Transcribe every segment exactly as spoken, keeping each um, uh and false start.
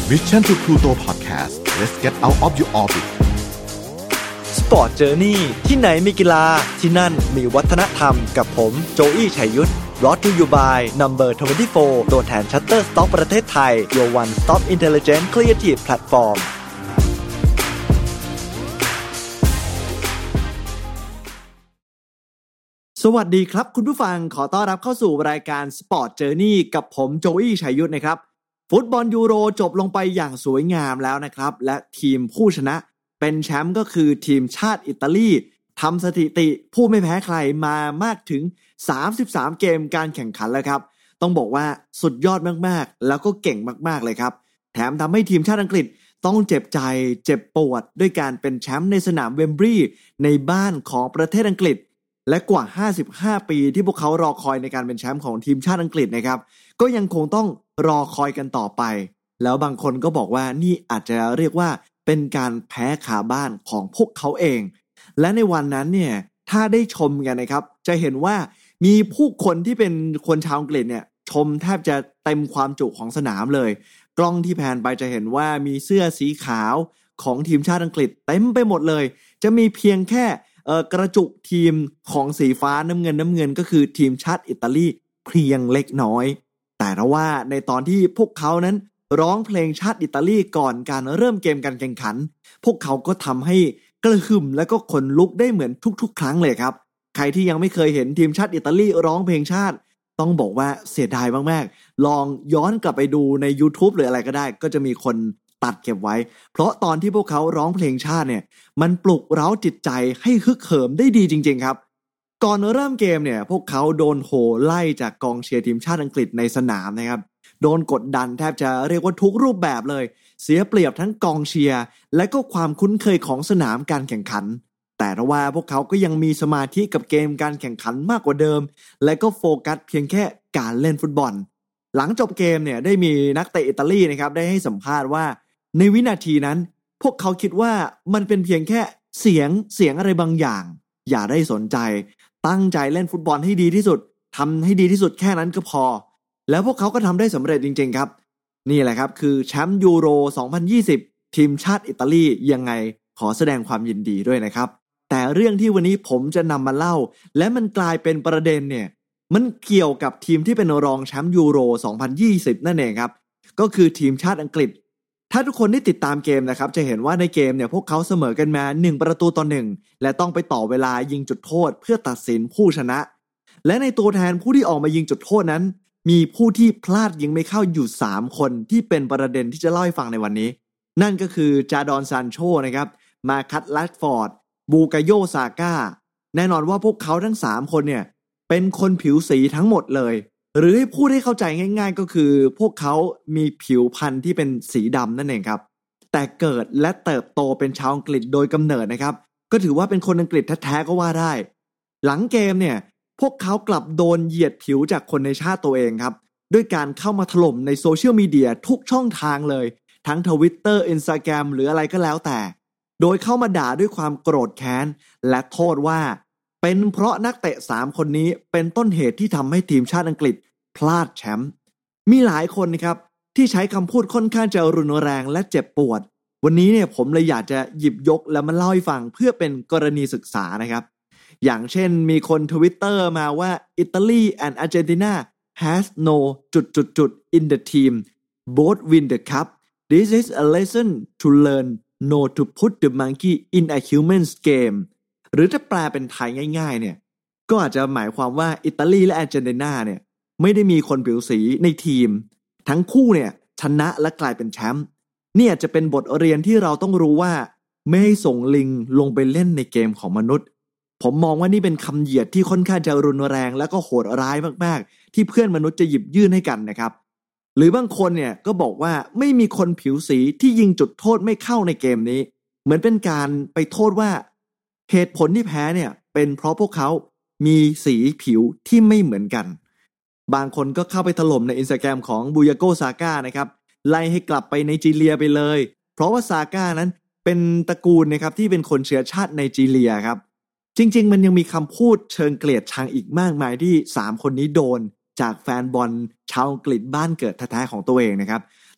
Mission to Pluto Podcast let's get out of your orbit Sport Journey ที่ไหนมีกีฬาที่นั่นมีวัฒนธรรมกับผมโจอี้ชัยยุทธ Brought to you by Number ยี่สิบสี่ ตัวแทน Shutterstock ประเทศไทย Your One Stop Intelligent Creative Platformสวัสดีครับคุณผู้ฟังขอต้อนรับเข้าสู่รายการ Sport Journey กับผมโจอี้ชัยยุทธนะครับฟุตบอลยูโรจบลงไปอย่างสวยงามแล้วนะครับและทีมผู้ชนะเป็นแชมป์ก็คือทีมชาติอิตาลีทำสถิติผู้ไม่แพ้ใครมามากถึงสามสิบสามเกมการแข่งขันแล้วครับต้องบอกว่าสุดยอดมากๆแล้วก็เก่งมากๆเลยครับแถมทำให้ทีมชาติอังกฤษต้องเจ็บใจเจ็บปวดด้วยการเป็นแชมป์ในสนามเวมบลีย์ในบ้านของประเทศอังกฤษและกว่าห้าสิบห้าปีที่พวกเขารอคอยในการเป็นแชมป์ของทีมชาติอังกฤษนะครับก็ยังคงต้องรอคอยกันต่อไปแล้วบางคนก็บอกว่านี่อาจจะเรียกว่าเป็นการแพ้ขาบ้านของพวกเขาเองและในวันนั้นเนี่ยถ้าได้ชมกันนะครับจะเห็นว่ามีผู้คนที่เป็นคนชาวอังกฤษเนี่ยชมแทบจะเต็มความจุของสนามเลยกล้องที่แพนไปจะเห็นว่ามีเสื้อสีขาวของทีมชาติอังกฤษเต็มไปหมดเลยจะมีเพียงแค่เอ่อกระจุกทีมของสีฟ้าน้ำเงินน้ำเงินก็คือทีมชาติอิตาลีเพียงเล็กน้อยแต่ว่าในตอนที่พวกเขานั้นร้องเพลงชาติอิตาลีก่อนการเริ่มเกมการแข่งขันพวกเขาก็ทำให้กระหึ่มและก็ขนลุกได้เหมือนทุกๆครั้งเลยครับใครที่ยังไม่เคยเห็นทีมชาติอิตาลีร้องเพลงชาติต้องบอกว่าเสียดายมากๆลองย้อนกลับไปดูใน YouTube หรืออะไรก็ได้ก็จะมีคนตัดเก็บไว้เพราะตอนที่พวกเขาร้องเพลงชาติเนี่ยมันปลุกเร้าจิตใจให้ฮึกเหิมได้ดีจริงๆครับก่อนเริ่มเกมเนี่ยพวกเขาโดนโห่ไล่จากกองเชียร์ทีมชาติอังกฤษในสนามนะครับโดนกดดันแทบจะเรียกว่าทุกรูปแบบเลยเสียเปรียบทั้งกองเชียร์และก็ความคุ้นเคยของสนามการแข่งขันแต่ว่าพวกเขาก็ยังมีสมาธิกับเกมการแข่งขันมากกว่าเดิมและก็โฟกัสเพียงแค่การเล่นฟุตบอลหลังจบเกมเนี่ยได้มีนักเตะอิตาลีนะครับได้ให้สัมภาษณ์ว่าในวินาทีนั้นพวกเขาคิดว่ามันเป็นเพียงแค่เสียงเสียงอะไรบางอย่างอย่าได้สนใจตั้งใจเล่นฟุตบอลให้ดีที่สุดทำให้ดีที่สุดแค่นั้นก็พอแล้วพวกเขาก็ทำได้สำเร็จจริงๆครับนี่แหละครับคือแชมป์ยูโรสองพันยี่สิบทีมชาติอิตาลียังไงขอแสดงความยินดีด้วยนะครับแต่เรื่องที่วันนี้ผมจะนำมาเล่าและมันกลายเป็นประเด็นเนี่ยมันเกี่ยวกับทีมที่เป็นรองแชมป์ยูโรสองพันยี่สิบนั่นเองครับก็คือทีมชาติอังกฤษถ้าทุกคนได้ติดตามเกมนะครับจะเห็นว่าในเกมเนี่ยพวกเขาเสมอกันมาหนึ่งประตูต่อหนึ่งและต้องไปต่อเวลายิงจุดโทษเพื่อตัดสินผู้ชนะและในตัวแทนผู้ที่ออกมายิงจุดโทษนั้นมีผู้ที่พลาดยิงไม่เข้าอยู่สามคนที่เป็นประเด็นที่จะเล่าให้ฟังในวันนี้นั่นก็คือจาดอนซานโชนะครับมาคัตแรดฟอร์ดบูกาโยซาก้าแน่นอนว่าพวกเขาทั้งสามคนเนี่ยเป็นคนผิวสีทั้งหมดเลยหรือให้พูดให้เข้าใจง่ายๆก็คือพวกเขามีผิวพรรณที่เป็นสีดำนั่นเองครับแต่เกิดและเติบโตเป็นชาวอังกฤษโดยกำเนิดนะครับก็ถือว่าเป็นคนอังกฤษแท้ๆก็ว่าได้หลังเกมเนี่ยพวกเขากลับโดนเหยียดผิวจากคนในชาติตัวเองครับด้วยการเข้ามาถล่มในโซเชียลมีเดียทุกช่องทางเลยทั้ง Twitter Instagram หรืออะไรก็แล้วแต่โดยเข้ามาด่าด้วยความโกรธแค้นและโทษว่าเป็นเพราะนักเตะสามคนนี้เป็นต้นเหตุที่ทำให้ทีมชาติอังกฤษพลาดแชมป์มีหลายคนนะครับที่ใช้คำพูดค่อนข้างจะรุนแรงและเจ็บปวดวันนี้เนี่ยผมเลยอยากจะหยิบยกแล้วมาเล่าให้ฟังเพื่อเป็นกรณีศึกษานะครับอย่างเช่นมีคน Twitter มาว่า Italy and Argentina has no จุดจุดจุด in the team both win the cup this is a lesson to learn no to put the monkey in a human's game หรือถ้าแปลเป็นไทยง่ายๆเนี่ยก็อาจจะหมายความว่าอิตาลีและอาร์เจนตินาเนี่ยไม่ได้มีคนผิวสีในทีมทั้งคู่เนี่ยชนะและกลายเป็นแชมป์เนี่ยจะเป็นบทเรียนที่เราต้องรู้ว่าไม่ให้ส่งลิงลงไปเล่นในเกมของมนุษย์ผมมองว่านี่เป็นคำเหยียดที่ค่อนข้างจะรุนแรงและก็โหดร้ายมากๆที่เพื่อนมนุษย์จะหยิบยื่นให้กันนะครับหรือบางคนเนี่ยก็บอกว่าไม่มีคนผิวสีที่ยิงจุดโทษไม่เข้าในเกมนี้เหมือนเป็นการไปโทษว่าเหตุผลที่แพ้เนี่ยเป็นเพราะพวกเขามีสีผิวที่ไม่เหมือนกันบางคนก็เข้าไปถล่มใน Instagram ของบูยาโกซาก้านะครับไล่ให้กลับไปไนจีเรียไปเลยเพราะว่าซาก้านั้นเป็นตระกูลนะครับที่เป็นคนเชื้อชาติไนจีเรียครับจริงๆมันยังมีคำพูดเชิงเกลียดชังอีกมากมายที่สามคนนี้โดนจากแฟนบอลชาวอังกฤษบ้านเกิดแท้ๆของตัวเองนะครับ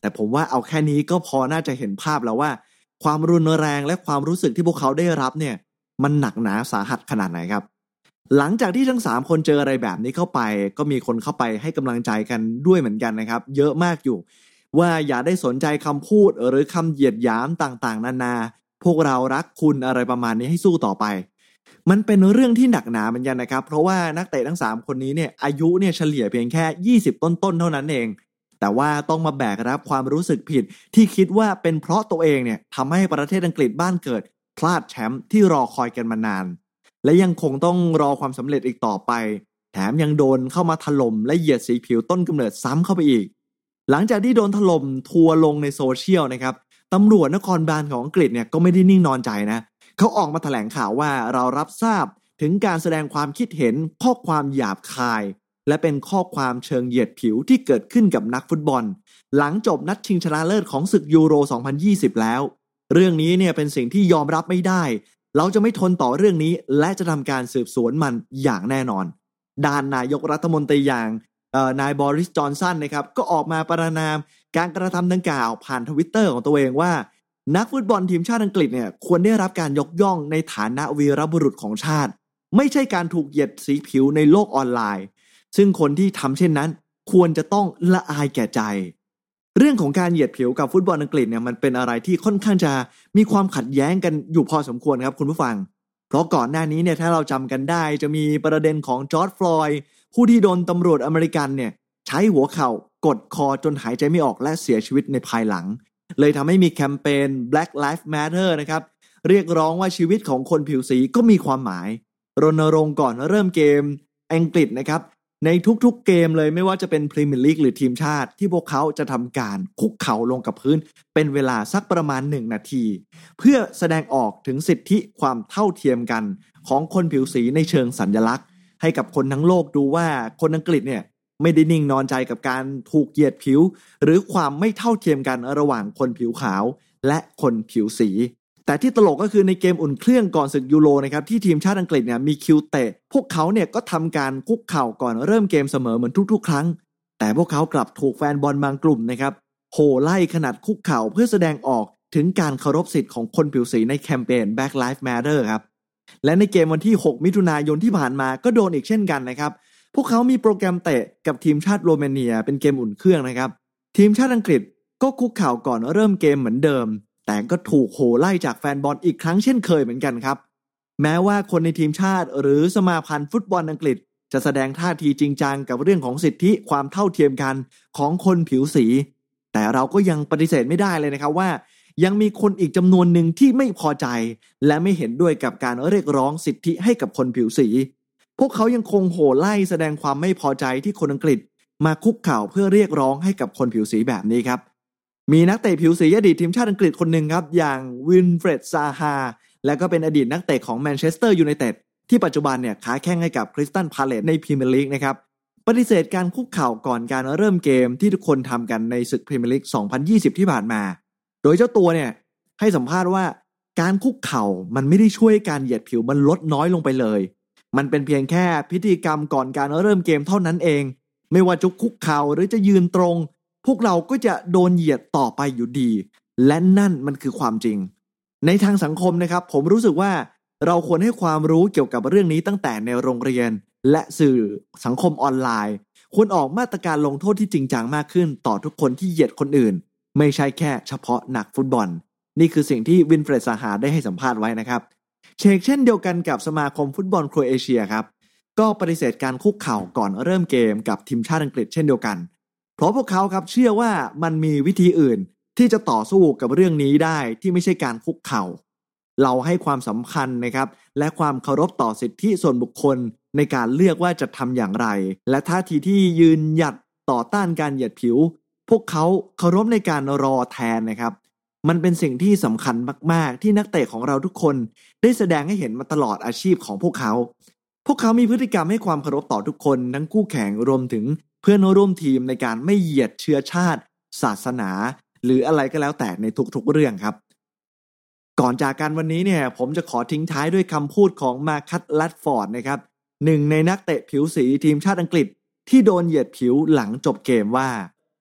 แต่ผมว่าเอาแค่นี้ก็พอน่าจะเห็นภาพแล้วว่าความรุนแรงและความรู้สึกที่พวกเขาได้รับเนี่ยมันหนักหนาสาหัสขนาดไหนครับหลังจากที่ทั้งสามคนเจออะไรแบบนี้เข้าไปก็มีคนเข้าไปให้กำลังใจกันด้วยเหมือนกันนะครับเยอะมากอยู่ว่าอย่าได้สนใจคำพูดหรือคำเหยียดหยามต่างๆนานาพวกเรารักคุณอะไรประมาณนี้ให้สู้ต่อไปมันเป็นเรื่องที่หนักหนาเหมือนกันนะครับเพราะว่านักเตะทั้งสามคนนี้เนี่ยอายุเนี่ยเฉลี่ยเพียงแค่ยี่สิบต้นๆเท่านั้นเองแต่ว่าต้องมาแบกรับความรู้สึกผิดที่คิดว่าเป็นเพราะตัวเองเนี่ยทำให้ประเทศอังกฤษบ้านเกิดพลาดแชมป์ที่รอคอยกันมานานและยังคงต้องรอความสำเร็จอีกต่อไปแถมยังโดนเข้ามาถล่มและเหยียดสีผิวต้นกำเนิดซ้ำเข้าไปอีกหลังจากที่โดนถล่มทัวร์ลงในโซเชียลนะครับตำรวจนครบาลของอังกฤษเนี่ยก็ไม่ได้นิ่งนอนใจนะเขาออกมาแถลงข่าวว่าเรารับทราบถึงการแสดงความคิดเห็นข้อความหยาบคายและเป็นข้อความเชิงเหยียดผิวที่เกิดขึ้นกับนักฟุตบอลหลังจบนัดชิงชนะเลิศของศึกยูโรสองพันยี่สิบแล้วเรื่องนี้เนี่ยเป็นสิ่งที่ยอมรับไม่ได้เราจะไม่ทนต่อเรื่องนี้และจะทำการสืบสวนมันอย่างแน่นอนด้านนายกรัฐมนตรีอย่างนายบอริสจอนสันนะครับก็ออกมาประณามการกระทำดังกล่าวผ่านทวิตเตอร์ของตัวเองว่านักฟุตบอลทีมชาติอังกฤษเนี่ยควรได้รับการยกย่องในฐานะวีรบุรุษของชาติไม่ใช่การถูกเหยียดสีผิวในโลกออนไลน์ซึ่งคนที่ทำเช่นนั้นควรจะต้องละอายแก่ใจเรื่องของการเหยียดผิวกับฟุตบอลอังกฤษเนี่ยมันเป็นอะไรที่ค่อนข้างจะมีความขัดแย้งกันอยู่พอสมควรครับคุณผู้ฟังเพราะก่อนหน้านี้เนี่ยถ้าเราจำกันได้จะมีประเด็นของจอร์จฟลอยด์ผู้ที่โดนตำรวจอเมริกันเนี่ยใช้หัวเข่ากดคอจนหายใจไม่ออกและเสียชีวิตในภายหลังเลยทำให้มีแคมเปญ Black Lives Matter นะครับเรียกร้องว่าชีวิตของคนผิวสีก็มีความหมายรณรงค์ก่อนเริ่มเกมอังกฤษนะครับในทุกๆเกมเลยไม่ว่าจะเป็นพรีเมียร์ลีกหรือทีมชาติที่พวกเขาจะทำการคุกเข่าลงกับพื้นเป็นเวลาสักประมาณหนึ่งนาทีเพื่อแสดงออกถึงสิทธิความเท่าเทียมกันของคนผิวสีในเชิงสัญลักษณ์ให้กับคนทั้งโลกดูว่าคนอังกฤษเนี่ยไม่ได้นิ่งนอนใจกับการถูกเหยียดผิวหรือความไม่เท่าเทียมกันระหว่างคนผิวขาวและคนผิวสีแต่ที่ตลกก็คือในเกมอุ่นเครื่องก่อนศึกยูโรนะครับที่ทีมชาติอังกฤษเนี่ยมีคิวเตะพวกเขาเนี่ยก็ทำการคุกเข่าก่อนเริ่มเกมเสมอเหมือนทุกๆครั้งแต่พวกเขากลับถูกแฟนบอลบางกลุ่มนะครับโห่ไล่ขนาดคุกเข่าเพื่อแสดงออกถึงการเคารพสิทธิ์ของคนผิวสีในแคมเปญ Black Lives Matter ครับและในเกมวันที่หกมิถุนายนที่ผ่านมาก็โดนอีกเช่นกันนะครับพวกเขามีโปรแกรมเตะกับทีมชาติโรมาเนียเป็นเกมอุ่นเครื่องนะครับทีมชาติอังกฤษก็คุกเข่าก่อนเริ่มเกมเหมือนเดิมแต่ก็ถูกโห่ไล่จากแฟนบอลอีกครั้งเช่นเคยเหมือนกันครับแม้ว่าคนในทีมชาติหรือสมาพันธ์ฟุตบอลอังกฤษจะแสดงท่าทีจริงจังกับเรื่องของสิทธิความเท่าเทียมกันของคนผิวสีแต่เราก็ยังปฏิเสธไม่ได้เลยนะครับว่ายังมีคนอีกจำนวนหนึ่งที่ไม่พอใจและไม่เห็นด้วยกับการเรียกร้องสิทธิให้กับคนผิวสีพวกเขายังคงโห่ไล่แสดงความไม่พอใจที่คนอังกฤษมาคุกเข่าเพื่อเรียกร้องให้กับคนผิวสีแบบนี้ครับมีนักเตะผิวสีอดีตทีมชาติอังกฤษคนหนึ่งครับอย่างวินเฟรดซาฮาและก็เป็นอดีตนักเตะของแมนเชสเตอร์ยูไนเต็ดที่ปัจจุบันเนี่ยค้าแข้งให้กับคริสตัลพาเลซในพรีเมียร์ลีกนะครับปฏิเสธการคุกเข่าก่อนการเริ่มเกมที่ทุกคนทำกันในศึกพรีเมียร์ลีกสองพันยี่สิบที่ผ่านมาโดยเจ้าตัวเนี่ยให้สัมภาษณ์ว่าการคุกเข่ามันไม่ได้ช่วยการเหยียดผิวมันลดน้อยลงไปเลยมันเป็นเพียงแค่พิธีกรรมก่อนการเริ่มเกมเท่านั้นเองไม่ว่าจะคุกเข่าหรือจะยืนตรงพวกเราก็จะโดนเหยียดต่อไปอยู่ดีและนั่นมันคือความจริงในทางสังคมนะครับผมรู้สึกว่าเราควรให้ความรู้เกี่ยวกับเรื่องนี้ตั้งแต่ในโรงเรียนและสื่อสังคมออนไลน์ควรออกมาตรการลงโทษที่จริงจังมากขึ้นต่อทุกคนที่เหยียดคนอื่นไม่ใช่แค่เฉพาะนักฟุตบอลนี่คือสิ่งที่วินเฟรดซาฮาได้ให้สัมภาษณ์ไว้นะครับเชกเช่นเดียวกันกับสมาคมฟุตบอลโครเอเชียครับก็ปฏิเสธการคุกเข่าก่อนเริ่มเกมกับทีมชาติอังกฤษเช่นเดียวกันเพราะพวกเขาครับเชื่อว่ามันมีวิธีอื่นที่จะต่อสู้กับเรื่องนี้ได้ที่ไม่ใช่การคุกเข่าเราให้ความสำคัญนะครับและความเคารพต่อสิทธิส่วนบุคคลในการเลือกว่าจะทำอย่างไรและท่าทีที่ยืนหยัดต่อต้านการเหยียดผิวพวกเขาเคารพในการรอแทนนะครับมันเป็นสิ่งที่สำคัญมากๆที่นักเตะของเราทุกคนได้แสดงให้เห็นมาตลอดอาชีพของพวกเขาพวกเขามีพฤติกรรมให้ความเคารพต่อทุกคนทั้งคู่แข่งรวมถึงเพื่อนร่วมทีมในการไม่เหยียดเชื้อชาติศาสนาหรืออะไรก็แล้วแต่ในทุกๆเรื่องครับก่อนจากกันวันนี้เนี่ยผมจะขอทิ้งท้ายด้วยคำพูดของมาร์คัส แรดฟอร์ดนะครับหนึ่งในนักเตะผิวสีทีมชาติอังกฤษที่โดนเหยียดผิวหลังจบเกมว่า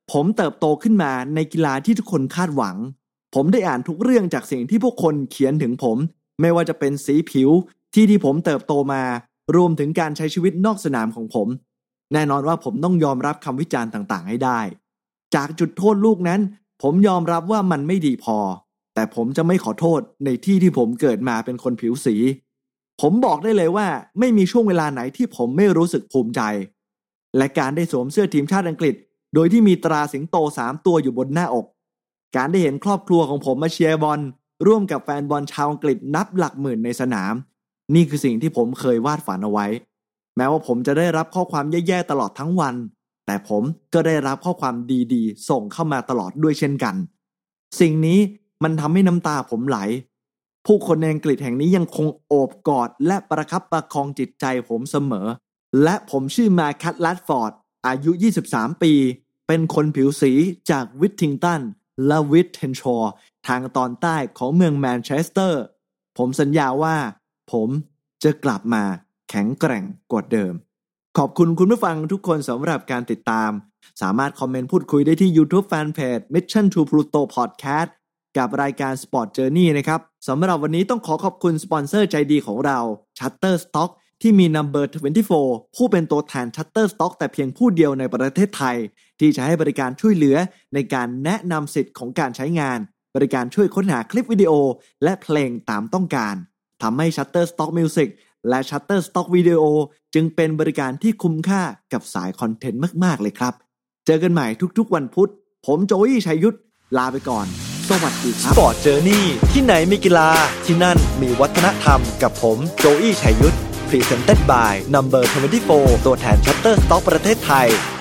ผมเติบโตขึ้นมาในกีฬาที่ทุกคนคาดหวังผมได้อ่านทุกเรื่องจากสิ่งที่พวกคนเขียนถึงผมไม่ว่าจะเป็นสีผิวที่ที่ผมเติบโตมารวมถึงการใช้ชีวิตนอกสนามของผมแน่นอนว่าผมต้องยอมรับคำวิจารณ์ต่างๆให้ได้จากจุดโทษลูกนั้นผมยอมรับว่ามันไม่ดีพอแต่ผมจะไม่ขอโทษในที่ที่ผมเกิดมาเป็นคนผิวสีผมบอกได้เลยว่าไม่มีช่วงเวลาไหนที่ผมไม่รู้สึกภูมิใจและการได้สวมเสื้อทีมชาติอังกฤษโดยที่มีตราสิงโตสามตัวอยู่บนหน้าอกการได้เห็นครอบครัวของผมมาเชียร์บอลร่วมกับแฟนบอลชาวอังกฤษนับหลักหมื่นในสนามนี่คือสิ่งที่ผมเคยวาดฝันเอาไว้แม้ว่าผมจะได้รับข้อความแย่ๆตลอดทั้งวันแต่ผมก็ได้รับข้อความดีๆส่งเข้ามาตลอดด้วยเช่นกันสิ่งนี้มันทำให้น้ำตาผมไหลผู้คนในอังกฤษแห่งนี้ยังคงโอบกอดและประคับประคองจิตใจผมเสมอและผมชื่อมาร์คัส แรดฟอร์ดอายุยี่สิบสามปีเป็นคนผิวสีจากวิทติงตันและวิทเทนชอร์ทางตอนใต้ของเมืองแมนเชสเตอร์ผมสัญญาว่าผมจะกลับมาแข็งแกร่งกว่าเดิมขอบคุณคุณผู้ฟังทุกคนสำหรับการติดตามสามารถคอมเมนต์พูดคุยได้ที่ YouTube Fanpage Mission to Pluto Podcast กับรายการ Sport Journey นะครับสำหรับวันนี้ต้องขอขอบคุณสปอนเซอร์ใจดีของเรา Shutterstock ที่มี Number ยี่สิบสี่ผู้เป็นตัวแทน Shutterstock แต่เพียงผู้เดียวในประเทศไทยที่จะให้บริการช่วยเหลือในการแนะนำสิทธิ์ของการใช้งานบริการช่วยค้นหาคลิปวิดีโอและเพลงตามต้องการทำให้ Shutterstock Music และ Shutterstock Video จึงเป็นบริการที่คุ้มค่ากับสายคอนเทนต์มากๆเลยครับเจอกันใหม่ทุกๆวันพุธผมโจอี้ชัยยุทธลาไปก่อนสวัสดีครับ Sport Journey ที่ไหนมีกีฬาที่นั่นมีวัฒนธรรมกับผมโจอี้ชัยยุทธ Presented by Number ยี่สิบสี่ตัวแทน Shutterstock ประเทศไทย